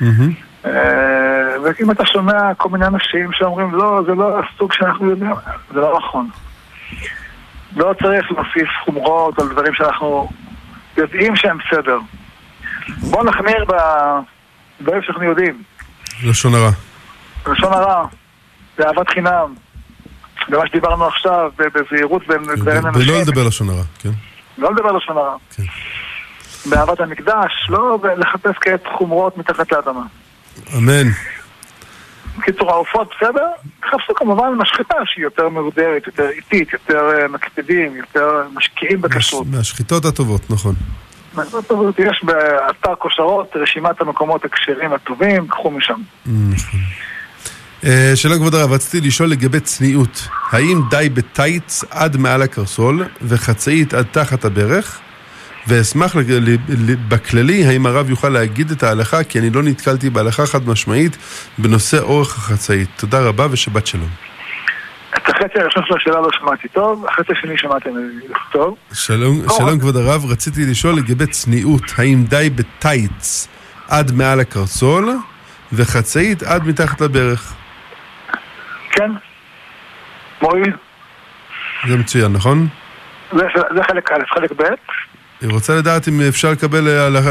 ואם אתה שומע כל מיני אנשים שאומרים, לא, זה לא הסוג שאנחנו יודעים, זה לא נכון. לא צריך להוסיף חומרות על דברים שאנחנו יודעים שהם בסדר. בואו נחמיר בדברים שאנחנו יודעים. לשון הרע. לשון הרע, באהבת חינם, במה שדיברנו עכשיו, בזהירות בין אנשים. ולא לדבר לשון הרע, כן? לא לדבר לשון הרע. כן. באהבת המקדש, לא לחפש כעת חומרות מתחת לאדמה. אמן. בקיצור, העופות בסדר? תחפשו כמובן משחיטה שהיא יותר מבודרת, יותר איטית, יותר מקפידים, יותר משקיעים בכשרות. מהשחיטות הטובות, נכון. יש באתר כושרות רשימת המקומות הכשרים הטובים, קחו משם. נכון. שאלה כבוד הרב, רציתי לשאול לגבי צניעות. האם די בטייץ עד מעל הקרסול וחצאית עד תחת הברך? ואשמח בכללי, האם הרב יוכל להגיד את ההלכה, כי אני לא נתקלתי בהלכה חד משמעית בנושא אורך החצאית. תודה רבה ושבת שלום. את החצי הראשון של השאלה לא שמעתי טוב, החצי השני שמעתם טוב. שלום כבוד הרב, רציתי לשאול לגבי צניעות. האם די בטייץ עד מעל הקרסול וחצאית עד מתחת לברך? כן, מועיל. זה מצוין, נכון? זה חלק א', חלק ב'. היא רוצה לדעת אם אפשר לקבל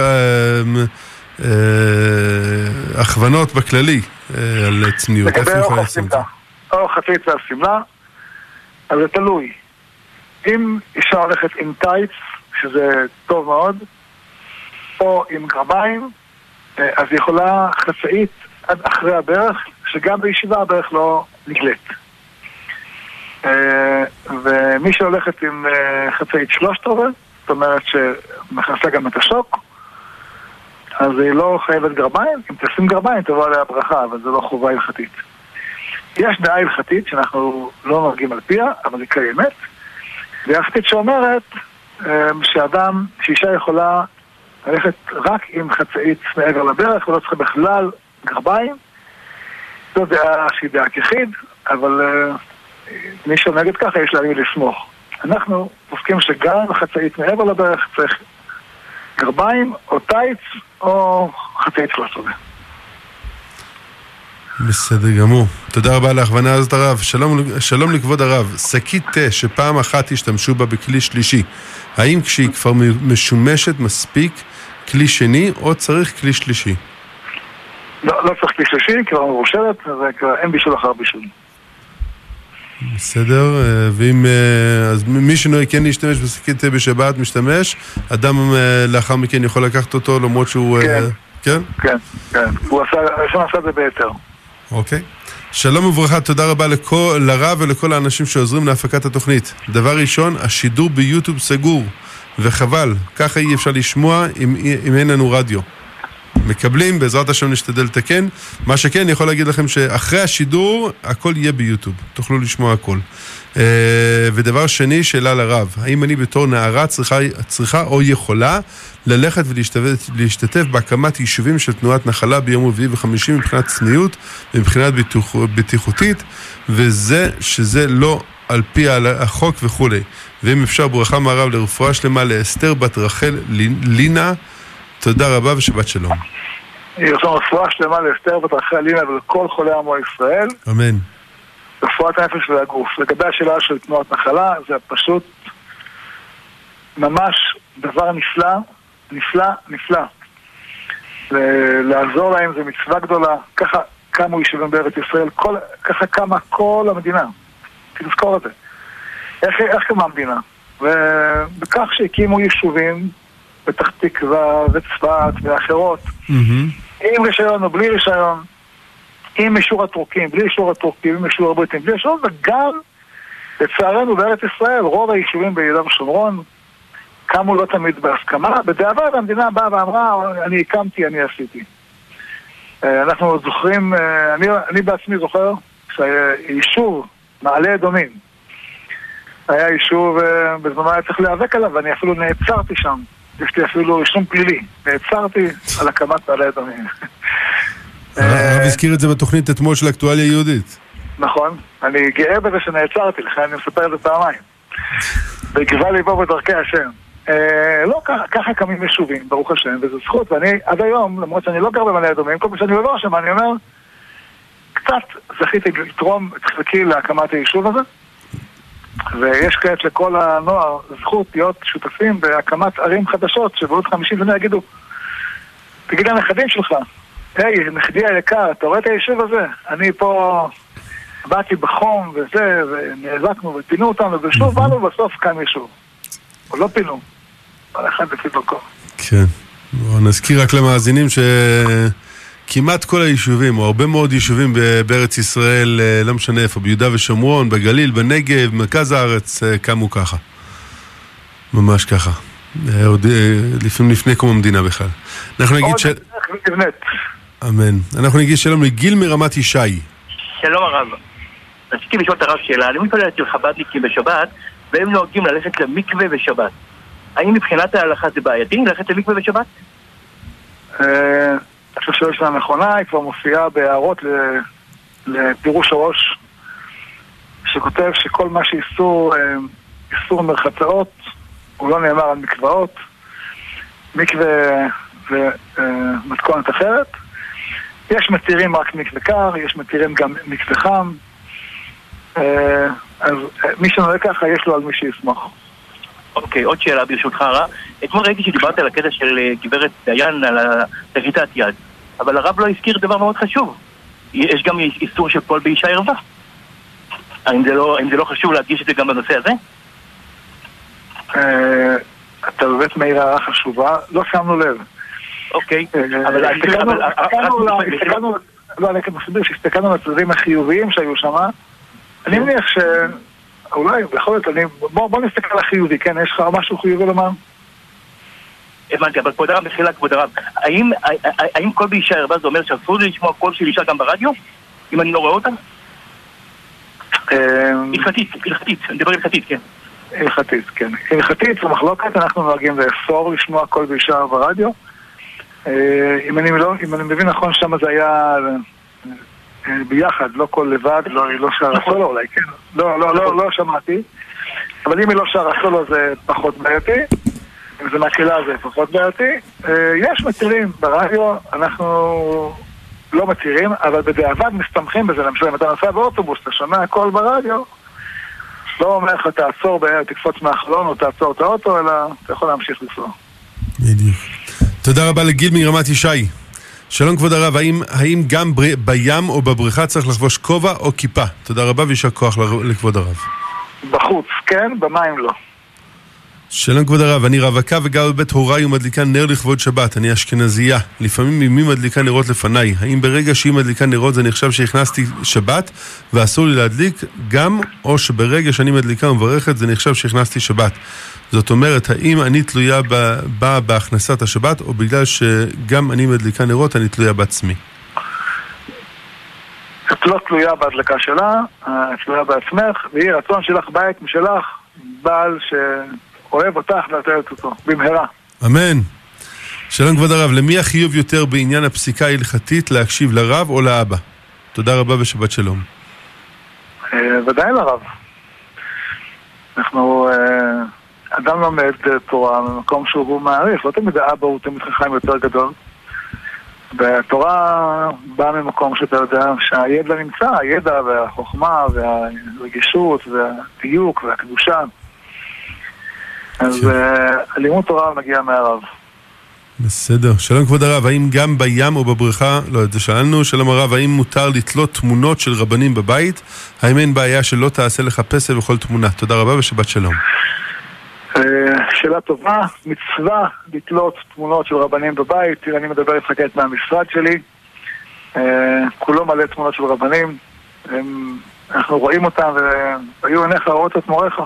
הכוונות בכללי על צניעות. לגבי אורך הסמלה. אורך חצאית והסמלה, אז זה תלוי. אם אישה הולכת עם טייץ, שזה טוב מאוד, או עם גרביים, אז היא יכולה חצאית עד אחרי הברך, שגם בישיבה הברך לא נגלית. ומי שהולכת עם חצאית 3/4, זאת אומרת שמכנסה גם את השוק, אז היא לא חייבת גרביים. אם תשים גרביים תבוא עליה ברכה, אבל זה לא חובה הלכתית. יש דעה הלכתית שאנחנו לא נוהגים על פיה, אבל היא קיימת. דעה הלכתית שאומרת שאישה יכולה ללכת רק עם חצאית מעבר לברך, ולא צריכה בכלל גרביים. זו דעה שהיא דעה כיחיד, אבל מי שנגד ככה יש להגיד לסמוך. אנחנו פוסקים שגם חצאית מעבר לברך צריך גרביים או טייץ או חצאית 3/4. בסדר גמור. תודה רבה להכוונה הזאת הרב. שלום לכבוד הרב. שקית תה שפעם אחת השתמשו בה בכלי שלישי, האם כשהיא כבר משומשת מספיק כלי שני או צריך כלי שלישי? לא צריך בישולים, כבר מרושלת, אין בישול אחר בישול. בסדר, ואם אז מי שנוהג כן להשתמש בשקית בשבת משתמש, אדם לאחר מכן יכול לקחת אותו למרות שהוא... כן? כן, כן. הוא עשה את זה ביתר. אוקיי. שלום וברכה, תודה רבה לרב ולכל האנשים שעוזרים להפקת התוכנית. דבר ראשון, השידור ביוטיוב סגור, וחבל, ככה אי אפשר לשמוע אם אין לנו רדיו. מקבלים, בעזרת השם נשתדל לתקן. מה שכן, אני יכול להגיד לכם שאחרי השידור, הכל יהיה ביוטיוב. תוכלו לשמוע הכל. ודבר שני, שאלה לרב. האם אני בתור נערה צריכה או יכולה ללכת ולהשתתף בהקמת יישובים של תנועת נחלה ביום רביעי וחמישי מבחינת צניעות ומבחינת בטיחותית, שזה לא על פי החוק וכו'. ואם אפשר ברכה מהרב לרפואה שלמה לאסתר בת רחל לינה, תודה רבה ושבת שלום. יש לנו רפואה שלמה לאסתר בת רחל לינה ולכל חולי עמו ישראל. אמן. רפואת הנפש והגוף. לגבי השאלה של תנועת נחלה, זה פשוט ממש דבר נפלא, נפלא, נפלא. לעזור להם זה מצווה גדולה. ככה קמו יישובים בארץ ישראל, ככה קמה כל המדינה. תזכור את זה. איך קמה המדינה? ובכך שהקימו יישובים פתח תקווה וצפת ואחרות, עם רישיון או בלי רישיון, עם אישור הטורקים, בלי אישור הטורקים, עם אישור הבריטים, בלי אישור, וגם לצערנו בארץ ישראל, רוב היישובים ביהודה ושומרון קמו לא תמיד בהסכמה, בדיעבד המדינה באה ואמרה, אני הקמתי, אני עשיתי. אנחנו זוכרים, אני בעצמי זוכר שהיישוב מעלה אדומים היה יישוב, בזמן היה צריך להיאבק עליו, ואני אפילו נעצרתי שם. יש לי אפילו רישום פלילי. נעצרתי על הקמת מעלה אדומים. הרב הזכיר את זה בתוכנית אתמול של אקטואליה יהודית. נכון. אני גאה בזה שנעצרתי, לכן אני מספר את זה פעמיים. בגבה ליבו בדרכי השם. לא, ככה קמים יישובים, ברוך השם, וזו זכות. ואני עד היום, למרות שאני לא גר במעלה אדומים, כל פעם שאני עובר שם, אני אומר, קצת זכיתי לתרום את חלקי להקמת היישוב הזה. ויש כעת לכל הנוער זכות להיות שותפים בהקמת ערים חדשות שבעוד 50 שנה יגידו, תגיד לנכדים שלך, היי, נכדי היקר, אתה רואה את היישוב הזה? אני פה באתי בחום וזה, ונאבקנו ופינו אותנו, ושוב באנו בסוף כאן יישוב. או לא פינו, אבל אחד לפי דרכו. כן, נזכיר רק למאזינים כמעט כל היישובים, או הרבה מאוד יישובים בארץ ישראל, לא משנה איפה, ביהודה ושומרון, בגליל, בנגב, מרכז הארץ, קמו ככה. ממש ככה. עוד לפני קום המדינה בכלל. אנחנו נגיד אמן. אנחנו נגיד שלום לגיל מרמת ישי. שלום הרב. רציתי לשאול את הרב שאלה. אני מתפלל אצל חב"דניקים בשבת, והם נוהגים ללכת למקווה בשבת. האם מבחינת ההלכה זה בעייתי ללכת למקווה בשבת? אני חושב שיש לה נכונה, היא כבר מופיעה בהערות לפירוש הראש שכותב שכל מה איסור מרחצאות הוא לא נאמר על מקוואות, מקווה ומתכונת אחרת. יש מתירים רק מקווה קר, יש מתירים גם מקווה חם, אז מי שנראה ככה יש לו על מי שיסמוך. אוקיי, עוד שאלה ברשותך הרב. אתמול ראיתי שדיברת על הקטע של גברת דיין על תריתת יד, אבל הרב לא הזכיר דבר מאוד חשוב. יש גם איסור של פועל באישה ערווה. האם זה לא חשוב להדגיש את זה גם בנושא הזה? אתה באמת מעיר הערה חשובה, לא שמנו לב. אוקיי, אבל הסתכלנו על הצדדים החיוביים שהיו שם. אני מניח אולי, בכל זאת, בוא נסתכל על החיובי, כן? יש לך משהו חיובי לומר? הבנתי, אבל כבוד הרב, מחילה כבוד הרב, האם כל באישה ערווה זה אומר שאסור לי לשמוע קול של אישה גם ברדיו? אם אני לא רואה אותה? הלכתית, אני מדבר הלכתית, כן. הלכתית, כן. הלכתית זו מחלוקת, אנחנו נוהגים לאסור לשמוע קול באישה ברדיו. אם אני מבין נכון, שם זה היה ביחד, לא קול לבד, לא שרה סולו אולי, כן. לא שמעתי. אבל אם היא לא שרה סולו זה פחות בעייתי. אם זה מקהלה זה פחות בעייתי. יש מתירים ברדיו, אנחנו לא מתירים, אבל בדיעבד מסתמכים בזה. למשל, אם אתה נוסע באוטובוס, אתה שומע הכל ברדיו, לא אומר לך תעצור, תקפוץ מהחלון או תעצור את האוטו, אלא אתה יכול להמשיך לנסוע. בדיוק. תודה רבה לגיל מרמת ישי. שלום כבוד הרב, האם גם בים או בבריכה צריך לחבוש כובע או כיפה? תודה רבה וישר כוח לכבוד הרב. בחוץ, כן, במים לא. שלום כבוד הרב, אני רווקה וגר בבית הוריי ומדליקה נר לכבוד שבת, אני אשכנזייה. לפעמים אמי מדליקה נרות לפניי. האם ברגע שהיא מדליקה נרות זה נחשב שהכנסתי שבת ואסור לי להדליק גם, או שברגע שאני מדליקה ומברכת זה נחשב שהכנסתי שבת? זאת אומרת, האם אני תלויה בהכנסת השבת, או בגלל שגם אני מדליקה נרות אני תלויה בעצמי? את לא תלויה בהדלקה שלה, את תלויה בעצמך, והיא רצון שלך בית משלך, בעל שאוהב אותך ולתת אותו, במהרה. אמן. שלום כבוד הרב, למי החיוב יותר בעניין הפסיקה ההלכתית, להקשיב לרב או לאבא? תודה רבה ושבת שלום. ודאי לרב. אנחנו... אדם לומד תורה במקום שהוא מעריך, לא תמיד האבא הוא תמיד חכם יותר גדול. והתורה באה ממקום שאתה יודע שהידע נמצא, הידע והחוכמה והרגישות והדיוק והקדושה. אז לימוד תורה מגיע מהרב. בסדר. שלום כבוד הרב, האם גם בים או בבריכה, לא, זה שאלנו, שלום הרב, האם מותר לתלות תמונות של רבנים בבית? האם אין בעיה שלא תעשה לך פסל בכל תמונה? תודה רבה ושבת שלום. שאלה טובה, מצווה לתלות תמונות של רבנים בבית. תראה, אני מדבר איתך כעת מהמשרד שלי, כולו מלא תמונות של רבנים, אנחנו רואים אותם והיו עיניך רואות את מוריך.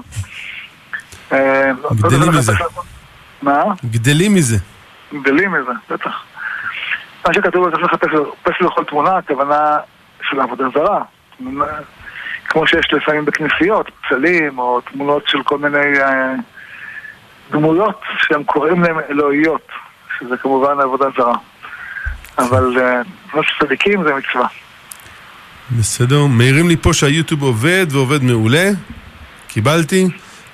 גדלים מזה. מה? גדלים מזה. גדלים מזה, בטח. מה שכתוב צריך לחפש פסל לכל תמונה, הכוונה של עבודה זרה, כמו שיש לפעמים בכנסיות, פסלים או תמונות של כל מיני דמויות שהם קוראים להם אלוהיות, שזה כמובן עבודה זרה. אבל מה שצדיקים זה מצווה. בסדר, מהירים לי פה שהיוטיוב עובד ועובד מעולה, קיבלתי.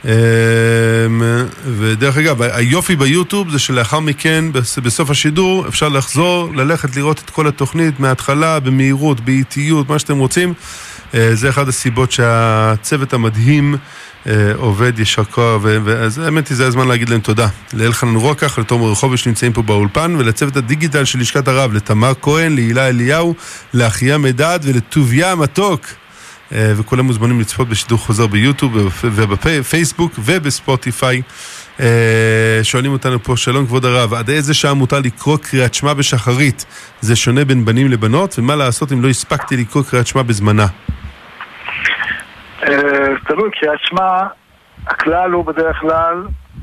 ודרך אגב, היופי ביוטיוב זה שלאחר מכן בסוף השידור אפשר לחזור, ללכת לראות את כל התוכנית מההתחלה, במהירות, באיטיות, מה שאתם רוצים. זה אחד הסיבות שהצוות המדהים עובד ישר כוח, אז האמת היא זה הזמן להגיד להם תודה לאלחנן רוקח, לתומר רחובי שנמצאים פה באולפן, ולצוות הדיגיטל של לשכת הרב, לתמר כהן, להילה אליהו, לאחיה מדד ולטוביה מתוק, וכולם מוזמנים לצפות בשידור חוזר ביוטיוב ובפייסבוק ובספוטיפיי. שואלים אותנו פה, שלום כבוד הרב, עד איזה שעה מותר לקרוא קריאת שמע בשחרית? זה שונה בין בנים לבנות, ומה לעשות אם לא הספקתי לקרוא קריאת שמע בזמנה? תלוי, קריאת שמע, הכלל הוא בדרך כלל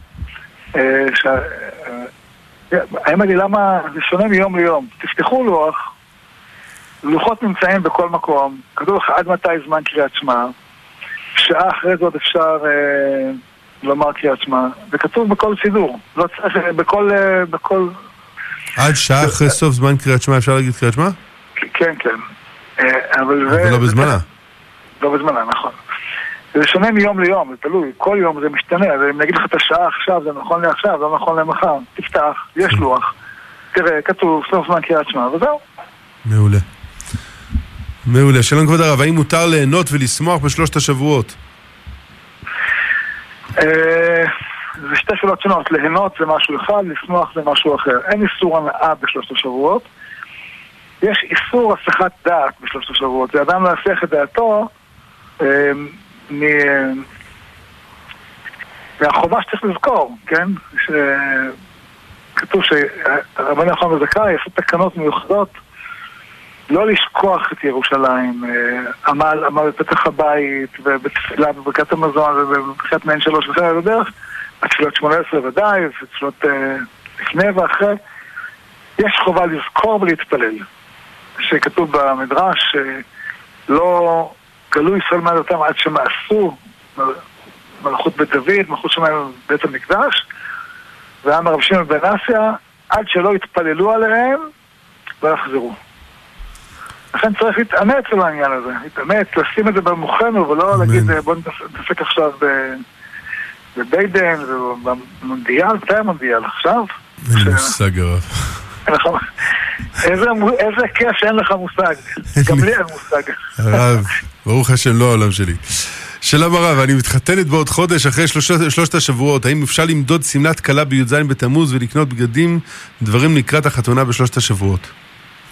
האם אני למה זה שונה מיום ליום? תפתחו לוח, לוחות נמצאים בכל מקום, כתוב לך עד מתי זמן קריאת שמע, שעה אחרי זאת אפשר לומר קריאת שמע, זה כתוב בכל סידור, לא צריך, בכל... עד שעה אחרי סוף זמן קריאת שמע אפשר להגיד קריאת שמע? כן, כן. אבל לא בזמנה. לא בזמנה, נכון. זה שונה מיום ליום, זה תלוי, כל יום זה משתנה, אז אם נגיד לך את השעה עכשיו, זה נכון לעכשיו, זה נכון למחר, תפתח, יש לוח, תראה, כתוב סוף זמן קריאת שמע, וזהו. מעולה. מעולה. שלום כבוד הרב, האם מותר ליהנות ולשמוח בשלושת השבועות? זה שתי שאלות שונות, ליהנות זה משהו אחד, לשמוח זה משהו אחר. אין איסור הנאה בשלושת השבועות, יש איסור הסחת דעת בשלושת השבועות. זה אדם להסח את דעתו מהחובה שצריך לזכור, כן? כתוב שהרבן יוחנן בן זכאי יעשו תקנות מיוחדות לא לשכוח את ירושלים, עמל בפתח הבית ובתפילה בברכת המזון ובברכת מעין שלוש וכן בדרך, התפילות 18 ודאי, ותפילות לפני ואחרי. יש חובה לזכור ולהתפלל, שכתוב במדרש לא גלו ישראל מעל אותם עד שמאסו מלכות בית דוד, מלכות שמיים בית המקדש, ועם הרב שמעון בן אסיה עד שלא יתפללו עליהם ולחזרו. לכן צריך להתאמץ על העניין הזה, להתאמץ, לשים את זה במוחנו ולא להגיד בוא נתעסק עכשיו בביידן ובמונדיאל, מתי המונדיאל עכשיו? אין מושג הרב. איזה כיף שאין לך מושג, גם לי אין מושג. הרב, ברוך השם לא העולם שלי. שלום הרב, אני מתחתנת בעוד חודש אחרי שלושת השבועות, האם אפשר למדוד סמלת קלה בי"ז בתמוז ולקנות בגדים, דברים לקראת החתונה בשלושת השבועות?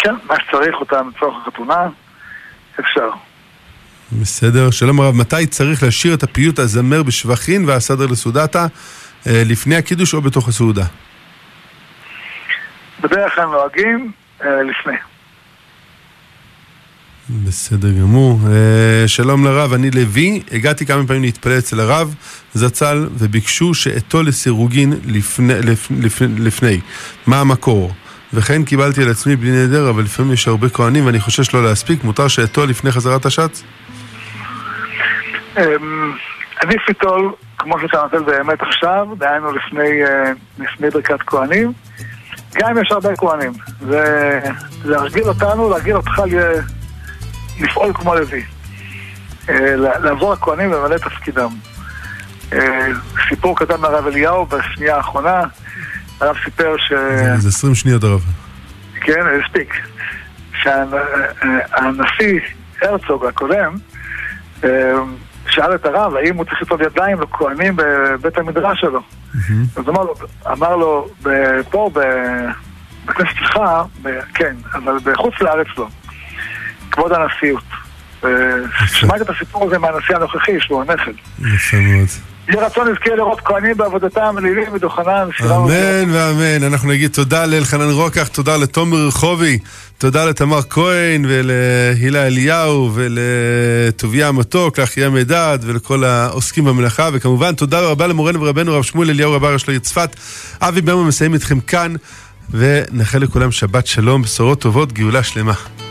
כן, מה שצריך אותם לצורך החתונה, אפשר. בסדר, שלום הרב, מתי צריך לשיר את הפיוט הזמר בשבחין והסדר לסעודתה, לפני הקידוש או בתוך הסעודה? בדרך כלל נוהגים לפני. בסדר גמור. שלום לרב, אני לוי, הגעתי כמה פעמים להתפלל אצל הרב זצ"ל וביקשו שאתו לסירוגין לפני. מה המקור? וכן קיבלתי על עצמי בלי נדר, אבל לפעמים יש הרבה כהנים ואני חושש לא להספיק. מותר שאתו לפני חזרת השץ? עדיף ליטול, כמו שאתה נוטל באמת עכשיו, דהיינו לפני ברכת כהנים, גם אם יש הרבה כהנים. זה להרגיל אותנו, להרגיל אותך לפעול כמו לוי. לעבור הכהנים ולמלא את תפקידם. סיפור קטן מהרב אליהו בשנייה האחרונה, הרב סיפר זה 20 שניות הרב. כן, הספיק. שהנשיא הרצוג הקודם שאל את הרב האם הוא צריך לטוב ידיים לכהנים בבית המדרש שלו. אז אמר לו, פה בכנסת שלך, כן, אבל בחוץ לארץ לא. כבוד הנשיאות. שמעת את הסיפור הזה מהנשיא הנוכחי, שהוא הנכד. יפה מאוד. יהיה רצון נזכה לראות כהנים בעבודתם, אלילים ודוחנן. אמן ואמן. אנחנו נגיד תודה לאלחנן רוקח, תודה לתומר רחובי, תודה לתמר כהן ולהילה אליהו ולטוביה המתוק, לאחיה מדד ולכל העוסקים במלאכה, וכמובן תודה רבה למורנו ורבנו רב שמואל אליהו רב הראשי לעיר צפת. אבי ברמן מסיים אתכם כאן, ונאחל לכולם שבת שלום, בשורות טובות, גאולה שלמה.